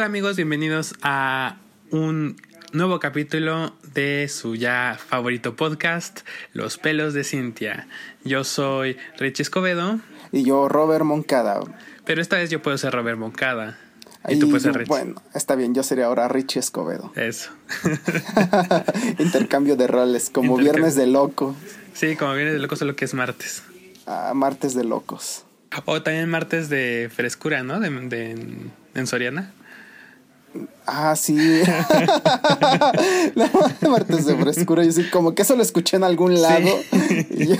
Hola amigos, bienvenidos a un nuevo capítulo de su ya favorito podcast, Los pelos de Cintia. Yo soy Richie Escobedo. Y yo, Robert Moncada. Pero esta vez yo puedo ser Robert Moncada. Y tú puedes ser Richie. Bueno, está bien, yo sería ahora Richie Escobedo. Eso. Intercambio de roles, como Viernes de Locos. Sí, como Viernes de Locos, solo que es martes. Martes de Locos. O también martes de frescura, ¿no? En Soriana. Ah, sí. No, martes de frescura. Yo sí, como que eso lo escuché en algún lado. Sí.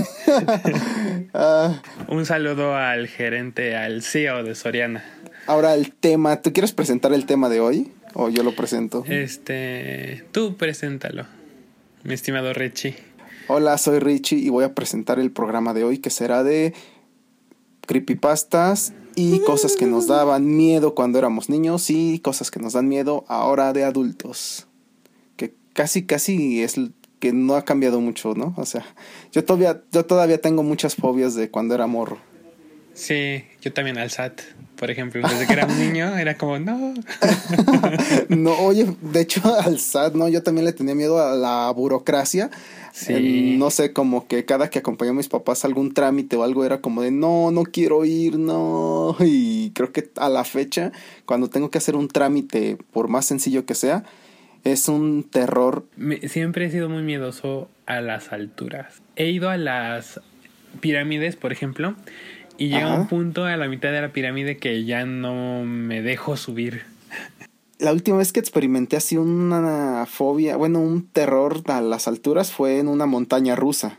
Un saludo al gerente, al CEO de Soriana. Ahora el tema. ¿Tú quieres presentar el tema de hoy? ¿O yo lo presento? Tú preséntalo, mi estimado Richie. Hola, soy Richie y voy a presentar el programa de hoy, que será de creepypastas y cosas que nos daban miedo cuando éramos niños y cosas que nos dan miedo ahora de adultos. Que casi es que no ha cambiado mucho, ¿no? O sea, yo todavía tengo muchas fobias de cuando era morro. Sí, yo también al SAT, por ejemplo. Desde que era un niño era como, no. No, oye, de hecho al SAT, no, yo también le tenía miedo a la burocracia. Sí. No sé, como que cada que acompañé a mis papás a algún trámite o algo era como de no quiero ir, no. Y creo que a la fecha, cuando tengo que hacer un trámite, por más sencillo que sea, es un terror. Siempre he sido muy miedoso a las alturas. He ido a las pirámides, por ejemplo, y llega un punto a la mitad de la pirámide que ya no me dejo subir. La última vez que experimenté así una fobia, bueno, un terror a las alturas fue en una montaña rusa.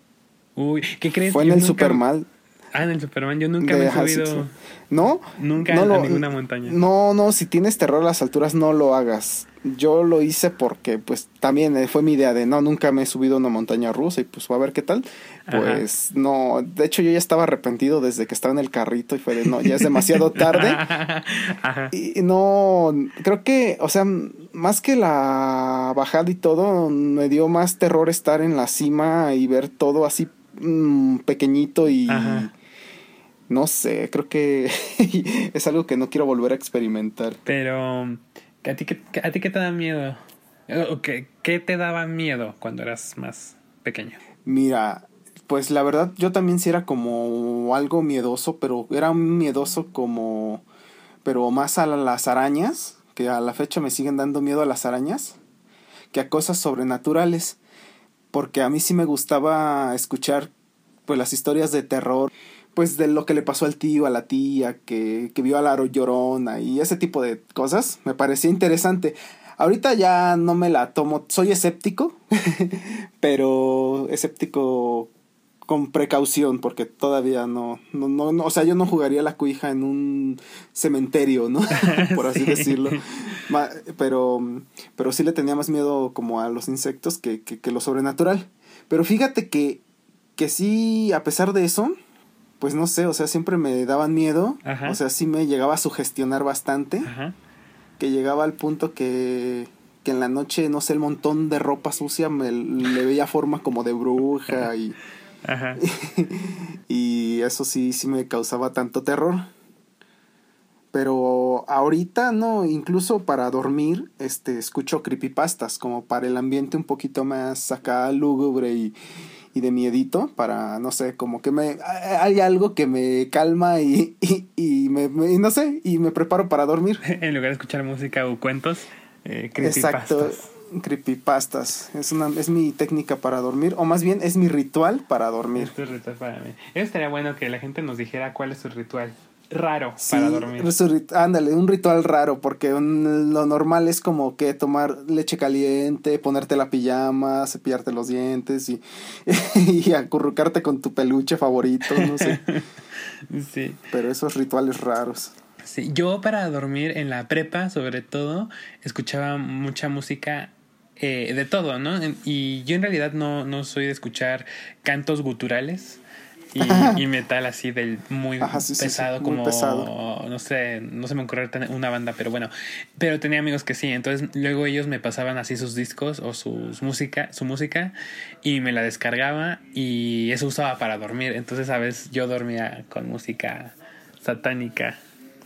Uy, ¿qué crees? Fue en el Superman. En el Superman. Yo nunca me he subido. ¿No? Nunca a ninguna montaña. No, si tienes terror a las alturas, no lo hagas. Yo lo hice porque, pues, también fue mi idea de, nunca me he subido a una montaña rusa y pues, a ver qué tal. Pues, no, de hecho yo ya estaba arrepentido desde que estaba en el carrito y fue de, no, ya es demasiado tarde. Ajá. Y no, creo que, o sea, más que la bajada y todo, me dio más terror estar en la cima y ver todo así pequeñito y... Ajá. No sé, creo que es algo que no quiero volver a experimentar. Pero, ¿a ti qué te da miedo? ¿Qué te daba miedo cuando eras más pequeño? Mira, pues la verdad yo también sí era como algo miedoso, pero era miedoso como... Pero más a las arañas, que a la fecha me siguen dando miedo a las arañas, que a cosas sobrenaturales. Porque a mí sí me gustaba escuchar pues las historias de terror, pues de lo que le pasó al tío, a la tía, que vio a la llorona y ese tipo de cosas. Me parecía interesante. Ahorita ya no me la tomo, soy escéptico, pero escéptico con precaución, porque todavía no, o sea, yo no jugaría la cuija en un cementerio, ¿no? Por así decirlo. Pero sí le tenía más miedo como a los insectos que lo sobrenatural. Pero fíjate que sí, a pesar de eso, pues no sé, o sea, siempre me daban miedo. Ajá. O sea, sí me llegaba a sugestionar bastante. Ajá. Que llegaba al punto que en la noche, no sé, el montón de ropa sucia le veía forma como de bruja y... Ajá. Y eso sí me causaba tanto terror. Pero ahorita no, incluso para dormir, escucho creepypastas, como para el ambiente un poquito más acá lúgubre y de miedito, para, no sé, como que hay algo que me calma y no sé, y me preparo para dormir. En lugar de escuchar música o cuentos, creepypastas. Exacto, creepypastas. Es mi técnica para dormir, o más bien es mi ritual para dormir. Es tu ritual para mí. Eso estaría bueno que la gente nos dijera cuál es su ritual raro para dormir. Ándale, un ritual raro, porque lo normal es como que tomar leche caliente, ponerte la pijama, cepillarte los dientes y acurrucarte con tu peluche favorito, no sé. Sí. Pero esos rituales raros. Sí, yo para dormir en la prepa, sobre todo, escuchaba mucha música de todo, ¿no? Y yo en realidad no soy de escuchar cantos guturales. Y metal así del muy pesado, muy como pesado. no se me ocurre una banda, pero bueno, pero tenía amigos que sí, entonces luego ellos me pasaban así sus discos o su música y me la descargaba y eso usaba para dormir, entonces a veces yo dormía con música satánica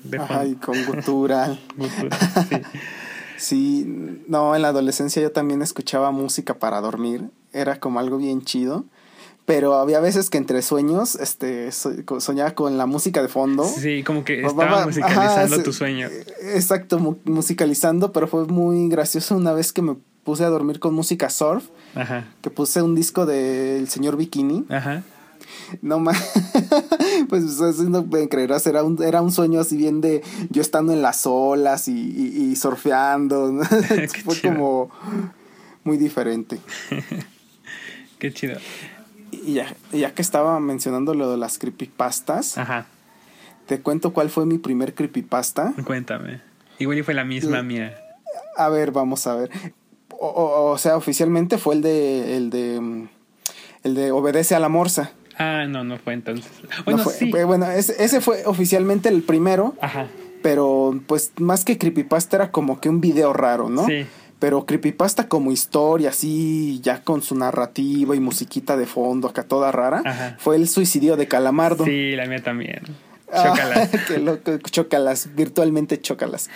de Ajá, y fondo. con gutural. Gutural, sí. Sí, no, en la adolescencia yo también escuchaba música para dormir. Era como algo bien chido. Pero había veces que entre sueños, soñaba con la música de fondo. Sí, como que estaba musicalizando tu sueño. Exacto, musicalizando, pero fue muy gracioso una vez que me puse a dormir con música surf. Ajá. Que puse un disco del señor Bikini. Ajá. No más, pues no pueden creerás, era un sueño así bien de yo estando en las olas y surfeando, ¿no? Fue chido. como muy diferente. Qué chido. Y ya que estaba mencionando lo de las creepypastas, Ajá. te cuento cuál fue mi primer creepypasta. Cuéntame. Igual y fue la misma mía. A ver, vamos a ver. O sea, oficialmente fue el de Obedece a la Morsa. Ah, no fue entonces. Bueno, No fue, sí. Bueno, ese fue oficialmente el primero. Ajá. Pero pues más que creepypasta era como que un video raro, ¿no? Sí. Pero creepypasta como historia, así, ya con su narrativa y musiquita de fondo, acá toda rara, Ajá. fue el suicidio de Calamardo. Sí, la mía también. Chócalas. Qué loco, chócalas, virtualmente chócalas.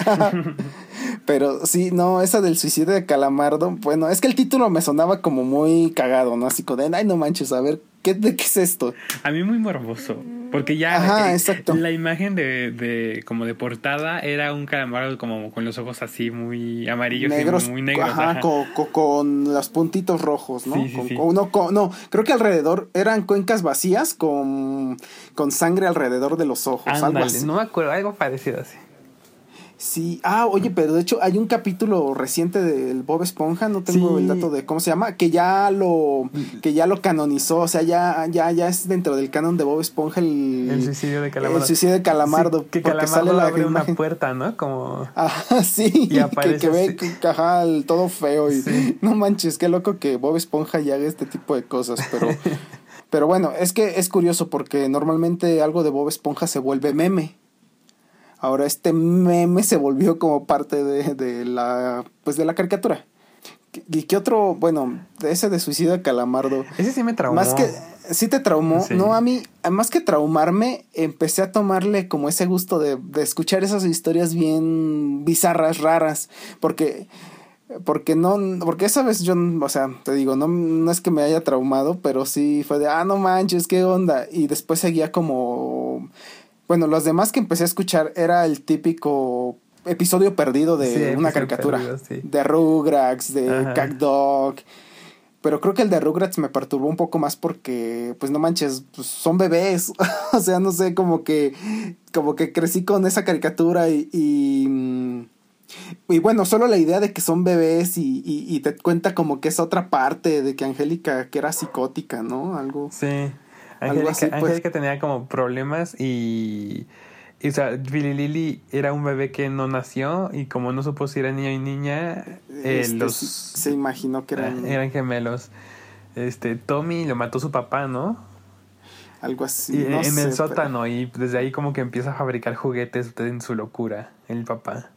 Pero sí, no, esa del suicidio de Calamardo, bueno, es que el título me sonaba como muy cagado, ¿no? Así como de, ay, no manches, a ver, ¿de qué es esto? A mí muy morboso. Porque ya Ajá, exacto. La imagen de como de portada era un calamardo como con los ojos así muy amarillos, Negros, y muy negros. ajá, Ajá. con los puntitos rojos, ¿no? Sí, sí. No, creo que alrededor eran cuencas vacías con sangre alrededor de los ojos. Ándale, algo así. no me acuerdo, algo parecido así. Sí, oye, pero de hecho hay un capítulo reciente del Bob Esponja, no tengo Sí. el dato de cómo se llama, que ya lo canonizó, o sea, ya es dentro del canon de Bob Esponja el suicidio de Calamardo. El suicidio de Calamardo, sí, que porque Calamardo sale la abre imagen. una puerta, ¿no? Como Sí, y aparece que ve así. que ajá, todo feo y Sí. no manches, qué loco que Bob Esponja ya haga este tipo de cosas, pero bueno, es que es curioso porque normalmente algo de Bob Esponja se vuelve meme. Ahora este meme se volvió como parte de la caricatura. ¿Y qué otro? Bueno, ese de suicidio de Calamardo. Ese sí me traumó. Más que sí te traumó, Sí. no, a mí, más que traumarme, empecé a tomarle como ese gusto de escuchar esas historias bien bizarras, raras, porque esa vez yo, o sea, te digo, no es que me haya traumado, pero sí fue de, no manches, qué onda, y después seguía como, bueno, los demás que empecé a escuchar era el típico episodio perdido de una caricatura, perdido, sí. de Rugrats, de CatDog. Pero creo que el de Rugrats me perturbó un poco más porque, pues no manches, pues son bebés. O sea, no sé, como que crecí con esa caricatura y bueno, solo la idea de que son bebés y te cuenta como que es otra parte de que Angélica, que era psicótica, ¿no? Algo. Sí. Algo así, pues. Angélica tenía como problemas y o sea, Billy Lily era un bebé que no nació y como no supo si era niño y niña, se imaginó que eran gemelos. Tommy lo mató su papá, ¿no? Algo así. Y no en sé, el sótano y desde ahí como que empieza a fabricar juguetes en su locura, el papá.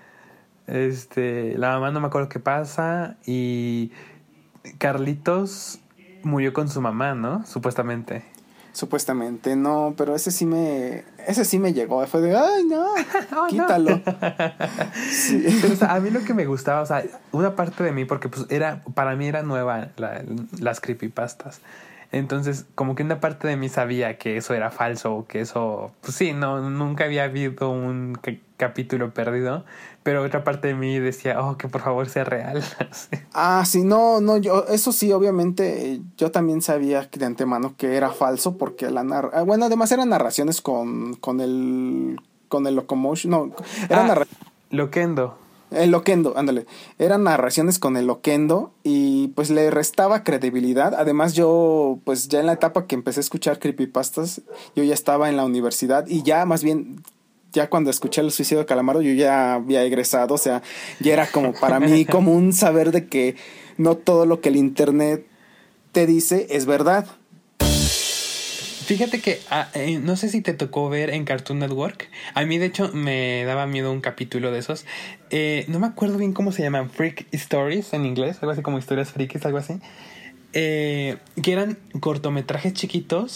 La mamá no me acuerdo qué pasa y Carlitos murió con su mamá, ¿no? Supuestamente, no, pero ese sí me llegó, fue de, ay, no, quítalo. Sí. Pero, o sea, a mí lo que me gustaba, o sea, una parte de mí, porque pues para mí era nueva las creepypastas. Entonces, como que una parte de mí sabía que eso era falso, o que eso, pues sí, nunca había habido un capítulo perdido, pero otra parte de mí decía, que por favor sea real. Sí, no, yo, eso sí, obviamente, yo también sabía de antemano que era falso, porque bueno, además eran narraciones con el Locomotion, no, eran Loquendo. El Loquendo, ándale. Eran narraciones con el Loquendo y pues le restaba credibilidad. Además yo, pues ya en la etapa que empecé a escuchar creepypastas, yo ya estaba en la universidad y ya más bien, ya cuando escuché el suicidio de Calamardo yo ya había egresado, o sea, ya era como para mí como un saber de que no todo lo que el internet te dice es verdad. Fíjate que no sé si te tocó ver en Cartoon Network. A mí de hecho me daba miedo un capítulo de esos. No me acuerdo bien cómo se llaman. Freak Stories en inglés. Algo así como historias frikis, algo así. Que eran cortometrajes chiquitos.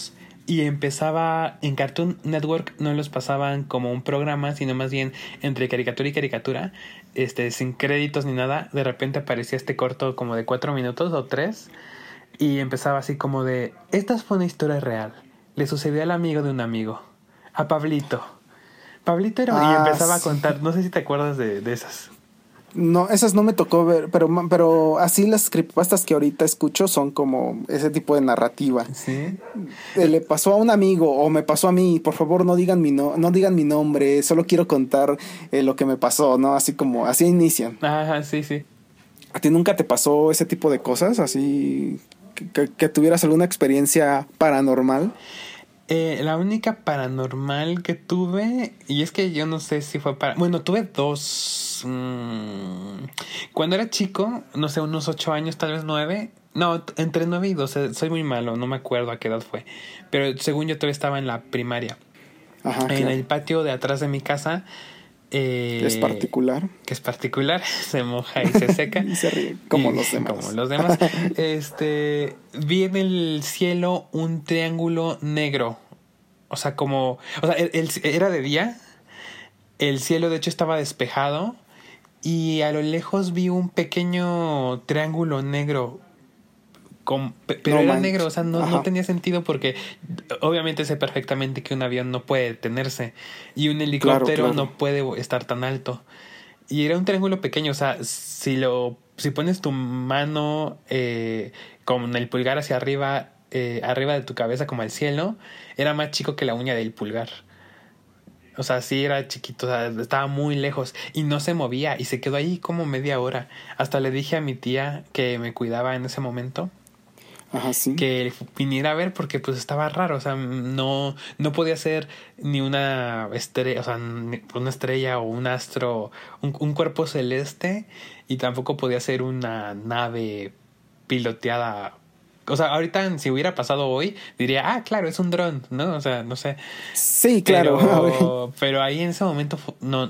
y empezaba en Cartoon Network, no los pasaban como un programa, sino más bien entre caricatura y caricatura, sin créditos ni nada. De repente aparecía este corto como de 4 minutos o 3 y empezaba así como de: esta fue una historia real, le sucedió al amigo de un amigo, a Pablito. Pablito era... y empezaba a contar, no sé si te acuerdas de esas. No, esas no me tocó ver, pero así las creepypastas que ahorita escucho son como ese tipo de narrativa. Sí. Le pasó a un amigo o me pasó a mí, por favor no digan no digan mi nombre, solo quiero contar lo que me pasó, ¿no? Así como, así inician. Ajá, sí, sí. ¿A ti nunca te pasó ese tipo de cosas? Así que tuvieras alguna experiencia paranormal. La única paranormal que tuve, y es que yo no sé si fue para... Bueno, tuve dos. Cuando era chico, no sé, unos 8 años, tal vez 9. No, entre 9 y 12. Soy muy malo, no me acuerdo a qué edad fue. Pero según yo todavía estaba en la primaria. Ajá, En claro. el patio de atrás de mi casa. Es particular. Que es particular, se moja y se seca. Y se ríe, como los demás. Como los demás. Vi en el cielo un triángulo negro. O sea, como... O sea, era de día. El cielo, de hecho, estaba despejado. Y a lo lejos vi un pequeño triángulo negro. Pero No era manches. negro, o sea, no tenía sentido porque obviamente sé perfectamente que un avión no puede detenerse y un helicóptero Claro. no puede estar tan alto. Y era un triángulo pequeño, o sea, si pones tu mano con el pulgar hacia arriba, arriba de tu cabeza como al cielo, era más chico que la uña del pulgar. O sea, sí era chiquito, o sea, estaba muy lejos y no se movía y se quedó ahí como media hora. Hasta le dije a mi tía que me cuidaba en ese momento Ajá, sí. que viniera a ver porque pues estaba raro, o sea, no podía ser ni una estrella, o sea, una estrella o un astro, un cuerpo celeste, y tampoco podía ser una nave piloteada. O sea, ahorita si hubiera pasado hoy, diría, claro, es un dron, ¿no? O sea, no sé. Sí, claro. Pero ahí en ese momento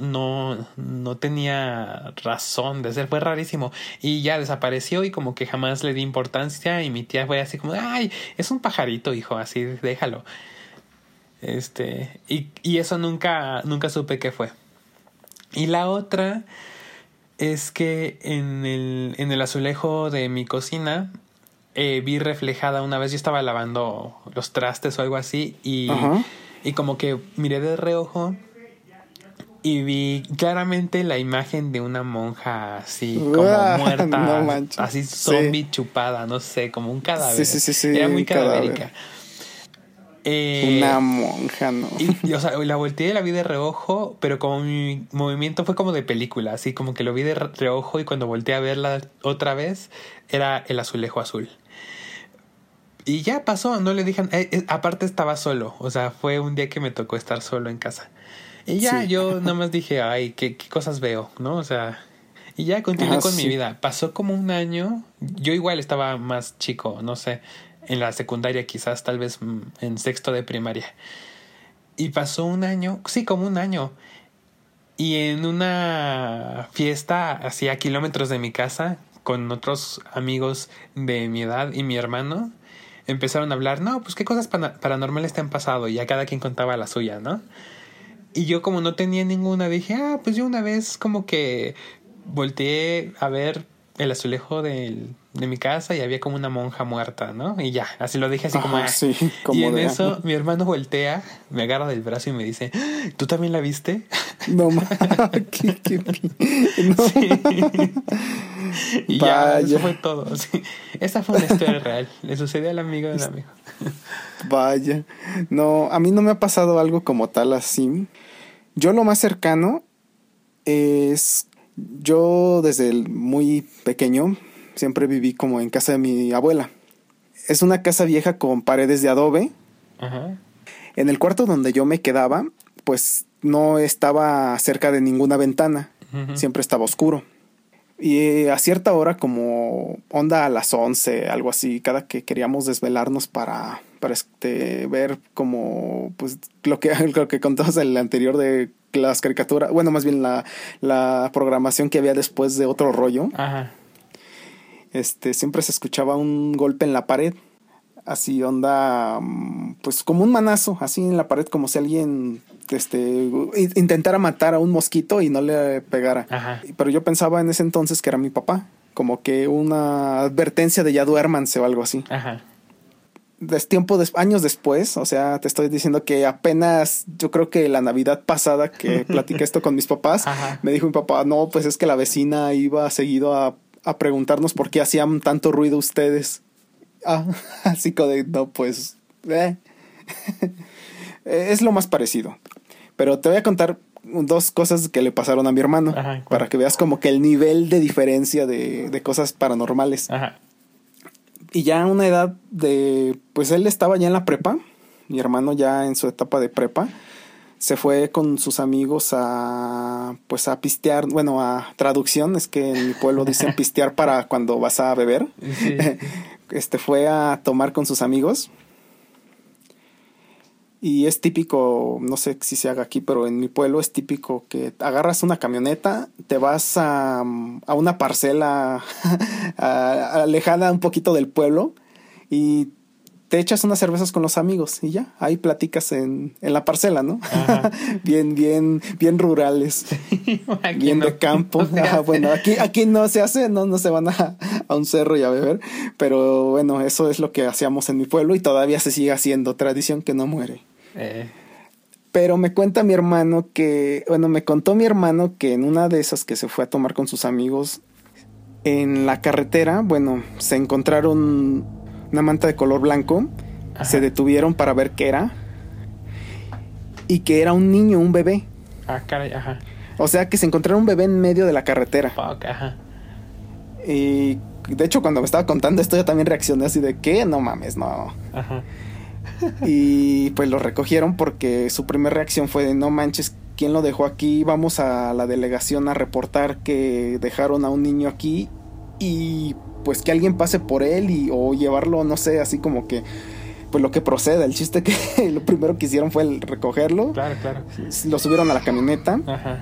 no tenía razón de ser, fue rarísimo. Y ya desapareció y como que jamás le di importancia y mi tía fue así como, ay, es un pajarito, hijo, así, déjalo. Y eso nunca supe qué fue. Y la otra es que en el azulejo de mi cocina vi reflejada una vez, yo estaba lavando los trastes o algo así y como que miré de reojo y vi claramente la imagen de una monja así como muerta, no así zombie chupada, no sé, como un cadáver. Sí, era muy cadavérica. Una monja, ¿no? O sea, la volteé y la vi de reojo, pero como mi movimiento fue como de película, así como que lo vi de reojo y cuando volteé a verla otra vez era el azulejo azul. Y ya pasó, no le dije... aparte estaba solo, o sea, fue un día que me tocó estar solo en casa. Y ya yo nada más dije, ay, qué cosas veo, ¿no? O sea, y ya continué con mi vida. Pasó como un año, yo igual estaba más chico, no sé, en la secundaria quizás, tal vez en sexto de primaria. Y pasó un año, sí, como un año. Y en una fiesta, así a kilómetros de mi casa, con otros amigos de mi edad y mi hermano, empezaron a hablar, no, pues qué cosas paranormales te han pasado, y a cada quien contaba la suya, ¿no? Y yo como no tenía ninguna, dije, pues yo una vez como que volteé a ver el azulejo de mi casa y había como una monja muerta, ¿no? Y ya, así lo dije así como... Sí, como y en eso mi hermano voltea, me agarra del brazo y me dice, ¿tú también la viste? No, no. Sí. Y ya, eso fue todo. Sí. Esa fue una historia real. Le sucedió al amigo de un amigo. Vaya. No, a mí no me ha pasado algo como tal así. Yo lo más cercano es... Yo desde muy pequeño siempre viví como en casa de mi abuela. Es una casa vieja con paredes de adobe. Ajá. En el cuarto donde yo me quedaba, pues no estaba cerca de ninguna ventana. Uh-huh. Siempre estaba oscuro. Y a cierta hora, como onda a las 11, algo así, cada que queríamos desvelarnos para ver como pues lo que contamos en el anterior de las caricaturas, bueno, más bien la programación que había después de Otro Rollo. Ajá. Siempre se escuchaba un golpe en la pared. así onda, pues como un manazo, así en la pared, como si alguien intentara matar a un mosquito y no le pegara. Ajá. Pero yo pensaba en ese entonces que era mi papá, como que una advertencia de ya duérmanse o algo así. Ajá. Años después, o sea, te estoy diciendo que apenas, yo creo que la Navidad pasada que platiqué esto con mis papás, Ajá. me dijo mi papá, no, pues es que la vecina iba seguido a preguntarnos por qué hacían tanto ruido ustedes. Así como de, no, pues, es lo más parecido. Pero te voy a contar 2 cosas que le pasaron a mi hermano. Ajá, para que veas como que el nivel de diferencia de cosas paranormales. Ajá. Y ya a una edad pues él estaba ya en la prepa, mi hermano ya en su etapa de prepa, se fue con sus amigos a pistear, bueno, a traducción, es que en mi pueblo dicen pistear para cuando vas a beber. Sí. Fue a tomar con sus amigos. Y es típico, no sé si se haga aquí, pero en mi pueblo es típico que agarras una camioneta, te vas a una parcela alejada un poquito del pueblo y te echas unas cervezas con los amigos y ya, ahí platicas en la parcela, ¿no? bien rurales, bien de campo. Bueno, aquí no se hace, no se van a un cerro y a beber, pero bueno, eso es lo que hacíamos en mi pueblo y todavía se sigue haciendo, tradición que no muere. Pero me cuenta mi hermano me contó mi hermano que en una de esas que se fue a tomar con sus amigos, en la carretera, bueno, se encontraron una manta de color blanco. Ajá. Se detuvieron para ver qué era y que era un niño, un bebé. Caray, ajá. O sea que se encontraron un bebé en medio de la carretera. Fuck, ajá. Y de hecho cuando me estaba contando esto yo también reaccioné así de ¿qué? No mames, no. Ajá. Y pues lo recogieron porque su primera reacción fue de no manches, ¿quién lo dejó aquí? Vamos a la delegación a reportar que dejaron a un niño aquí y pues que alguien pase por él o llevarlo, no sé, así como que pues lo que proceda. El chiste que lo primero que hicieron fue recogerlo. Claro. Lo subieron a la camioneta. Ajá.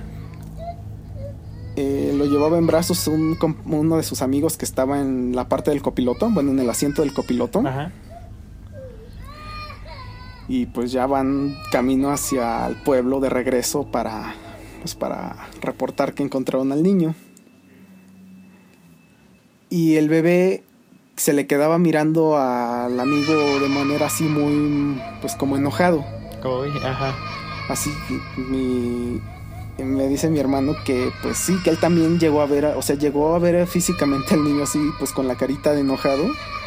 Lo llevaba en brazos uno de sus amigos que estaba en la parte del copiloto, bueno, en el asiento del copiloto. Ajá. Y pues ya van camino hacia el pueblo de regreso para reportar que encontraron al niño. Y el bebé se le quedaba mirando al amigo de manera así muy, pues como enojado. Uy, ajá. Así me dice mi hermano que pues sí, que él también llegó a ver físicamente al niño así, pues con la carita de enojado.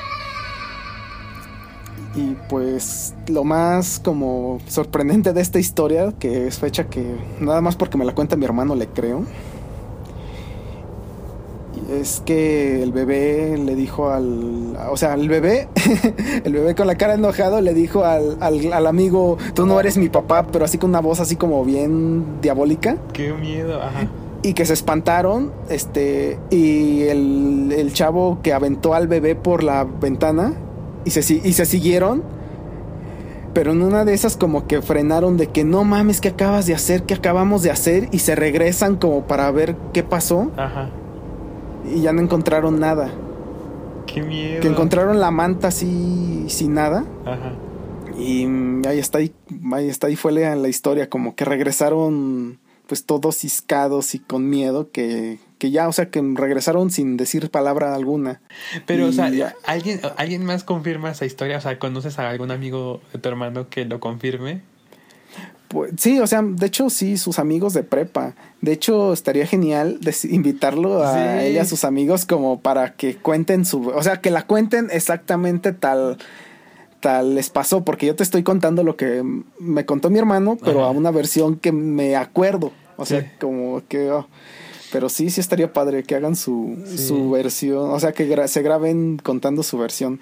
Y pues lo más como sorprendente de esta historia, que es fecha que nada más porque me la cuenta mi hermano le creo, es que el bebé le dijo el bebé el bebé con la cara enojado le dijo al amigo, tú no eres mi papá, pero así con una voz así como bien diabólica. Qué miedo, ajá. Y que se espantaron, y el chavo que aventó al bebé por la ventana y se siguieron, pero en una de esas como que frenaron de que no mames, ¿qué acabas de hacer? ¿Qué acabamos de hacer? Y se regresan como para ver qué pasó. Ajá. Y ya no encontraron nada. Qué miedo. Que encontraron la manta así sin nada. Ajá. Y ahí está, fue la historia, como que regresaron pues todos ciscados y con miedo, que ya, o sea, que regresaron sin decir palabra alguna. Pero, o sea, ¿alguien más confirma esa historia? O sea, ¿conoces a algún amigo de tu hermano que lo confirme? Pues, sí, o sea, de hecho sí, sus amigos de prepa. De hecho, estaría genial invitarlo a él y a sus amigos como para que cuenten o sea, que la cuenten exactamente tal les pasó, porque yo te estoy contando lo que me contó mi hermano, pero ajá, a una versión que me acuerdo. O sea, como que... pero sí estaría padre que hagan su versión. O sea, que se graben contando su versión.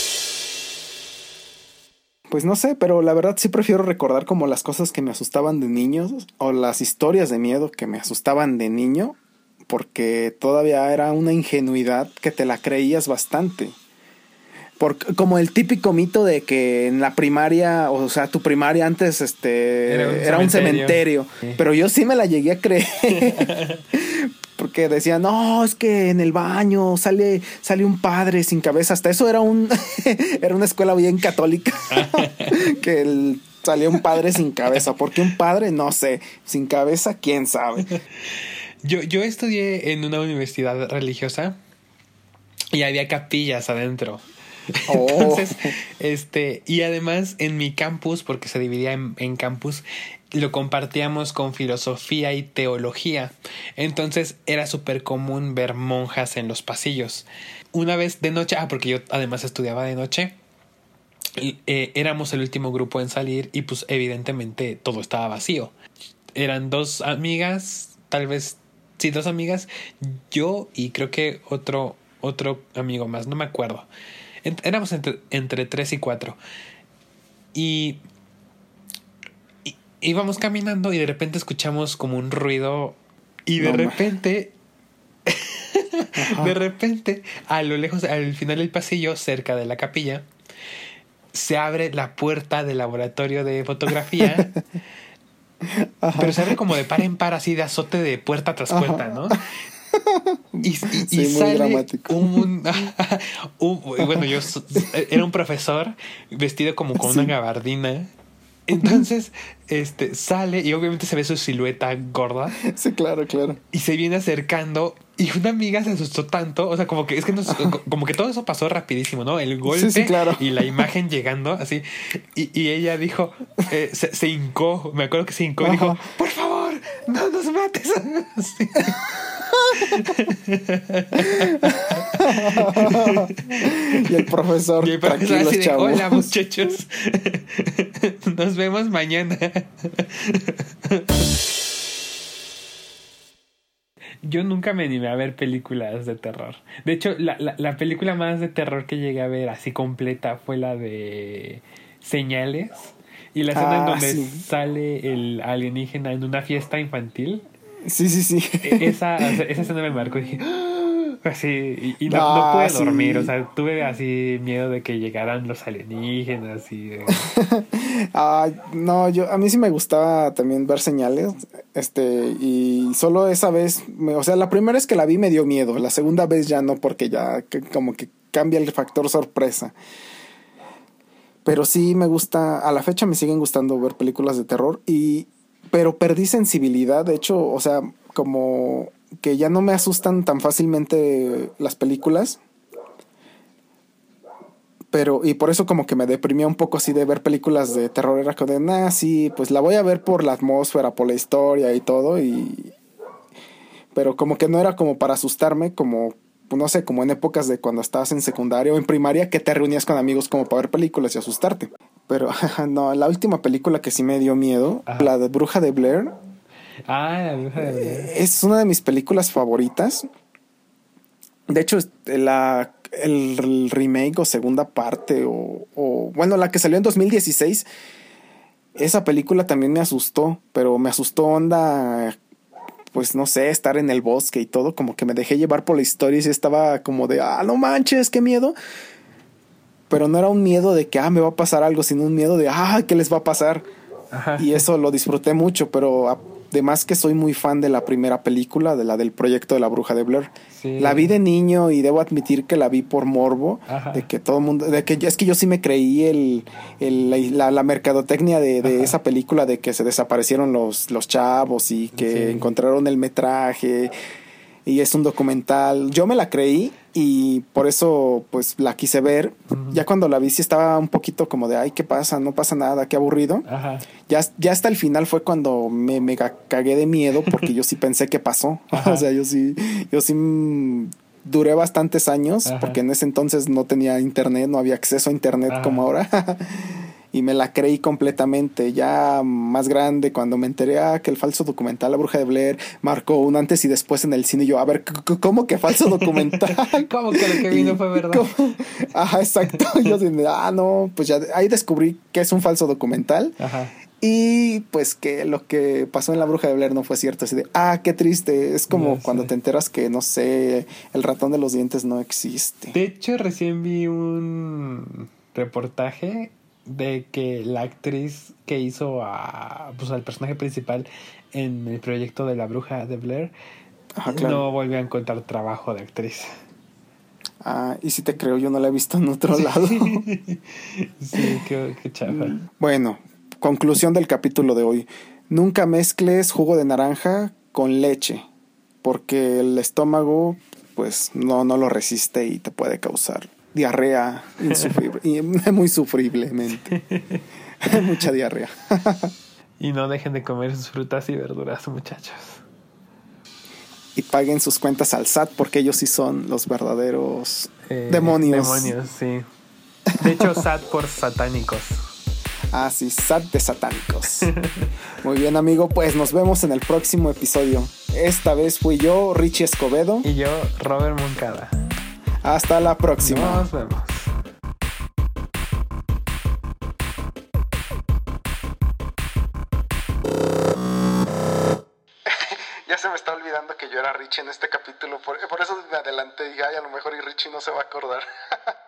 Pues no sé, pero la verdad sí prefiero recordar como las cosas que me asustaban de niños o las historias de miedo que me asustaban de niño, porque todavía era una ingenuidad que te la creías bastante. Como el típico mito de que en la primaria, o sea, tu primaria antes era un cementerio. Sí. Pero yo sí me la llegué a creer. porque decían, no, es que en el baño sale un padre sin cabeza. Hasta eso era era una escuela bien católica. Que salía un padre sin cabeza. ¿Por qué un padre? No sé. Sin cabeza, quién sabe. Yo estudié en una universidad religiosa y había capillas adentro. Entonces, y además en mi campus, porque se dividía en campus, lo compartíamos con filosofía y teología. Entonces era súper común ver monjas en los pasillos. Una vez de noche, porque yo además estudiaba de noche, éramos el último grupo en salir y pues evidentemente todo estaba vacío. Eran 2 amigas, tal vez, sí, 2 amigas, yo y creo que otro amigo más, no me acuerdo. Éramos entre 3 y 4. Y íbamos caminando y de repente escuchamos como un ruido. Y de repente, de repente, a lo lejos, al final del pasillo, cerca de la capilla, se abre la puerta del laboratorio de fotografía. Pero se abre como de par en par, así de azote de puerta tras puerta, ¿no? Y sí, sale bueno, yo era un profesor vestido como con una gabardina. Entonces, sale y obviamente se ve su silueta gorda. Sí, claro. Y se viene acercando y una amiga se asustó tanto, o sea, como que es que como que todo eso pasó rapidísimo, ¿no? El golpe sí, claro. Y la imagen llegando así. Y ella dijo, se hincó, me acuerdo que se hincó y dijo, por favor, no nos mates. Sí. Y el profesor así de, hola muchachos, nos vemos mañana. Yo nunca me animé a ver películas de terror. De hecho, la película más de terror que llegué a ver así completa fue la de Señales. Y la escena en donde sale el alienígena en una fiesta infantil. Sí. Esa escena me marcó y dije, así, y no pude dormir, o sea, tuve así miedo de que llegaran los alienígenas y no, a mí sí me gustaba también ver Señales, y solo esa vez, o sea, la primera vez que la vi me dio miedo, la segunda vez ya no, porque ya como que cambia el factor sorpresa. Pero sí me gusta, a la fecha me siguen gustando ver películas de terror, pero perdí sensibilidad, de hecho, o sea, como que ya no me asustan tan fácilmente las películas. Y por eso como que me deprimía un poco así de ver películas de terror. Era como de, sí, pues la voy a ver por la atmósfera, por la historia y todo. Pero como que no era como para asustarme, como, no sé, como en épocas de cuando estabas en secundaria o en primaria, que te reunías con amigos como para ver películas y asustarte. Pero no, la última película que sí me dio miedo, la de Bruja de Blair. La Bruja de Blair. Es una de mis películas favoritas. De hecho, el remake o segunda parte o bueno, la que salió en 2016, esa película también me asustó, pero me asustó onda, pues no sé, estar en el bosque y todo, como que me dejé llevar por la historia y sí estaba como de, no manches, qué miedo. Pero no era un miedo de que, me va a pasar algo, sino un miedo de, ¿qué les va a pasar? Ajá. Y eso lo disfruté mucho, pero además que soy muy fan de la primera película, de la del proyecto de la Bruja de Blair. Sí. La vi de niño y debo admitir que la vi por morbo. Ajá. De que todo el mundo, es que yo sí me creí la mercadotecnia de esa película, de que se desaparecieron los chavos y que encontraron el metraje y es un documental. Yo me la creí y por eso pues la quise ver. Ya cuando la vi sí estaba un poquito como de, ¿qué pasa? No pasa nada, qué aburrido. Ajá. Ya hasta el final fue cuando me cagué de miedo, porque yo sí pensé que pasó. O sea, yo sí duré bastantes años. Ajá. Porque en ese entonces no tenía internet, no había acceso a internet. Ajá. Como ahora. Y me la creí completamente. Ya más grande, cuando me enteré que el falso documental La Bruja de Blair marcó un antes y después en el cine, yo, a ver, ¿cómo que falso documental? ¿Cómo que lo que vino fue verdad? Ajá, exacto. Yo dije, no, pues ya ahí descubrí que es un falso documental. Ajá. Y pues que lo que pasó en La Bruja de Blair no fue cierto. Así de, qué triste. Es como cuando te enteras que, no sé, el ratón de los dientes no existe. De hecho, recién vi un reportaje de que la actriz que hizo al personaje principal en el proyecto de La Bruja de Blair Ajá, claro. No volvió a encontrar trabajo de actriz. Ah, y si te creo, yo no la he visto en otro lado. Sí, qué chafa. Bueno, conclusión del capítulo de hoy. Nunca mezcles jugo de naranja con leche, porque el estómago pues no lo resiste y te puede causar diarrea insufrible, y muy sufriblemente. Mucha diarrea. Y no dejen de comer sus frutas y verduras, muchachos. Y paguen sus cuentas al SAT, porque ellos sí son los verdaderos demonios. Demonios, sí. De hecho, SAT por satánicos. Ah, sí, SAT de satánicos. Muy bien, amigo, pues nos vemos en el próximo episodio. Esta vez fui yo, Richie Escobedo. Y yo, Robert Moncada. Hasta la próxima. Nos vemos. Ya se me está olvidando que yo era Richie en este capítulo. Por eso me adelanté y dije, ay, a lo mejor y Richie no se va a acordar.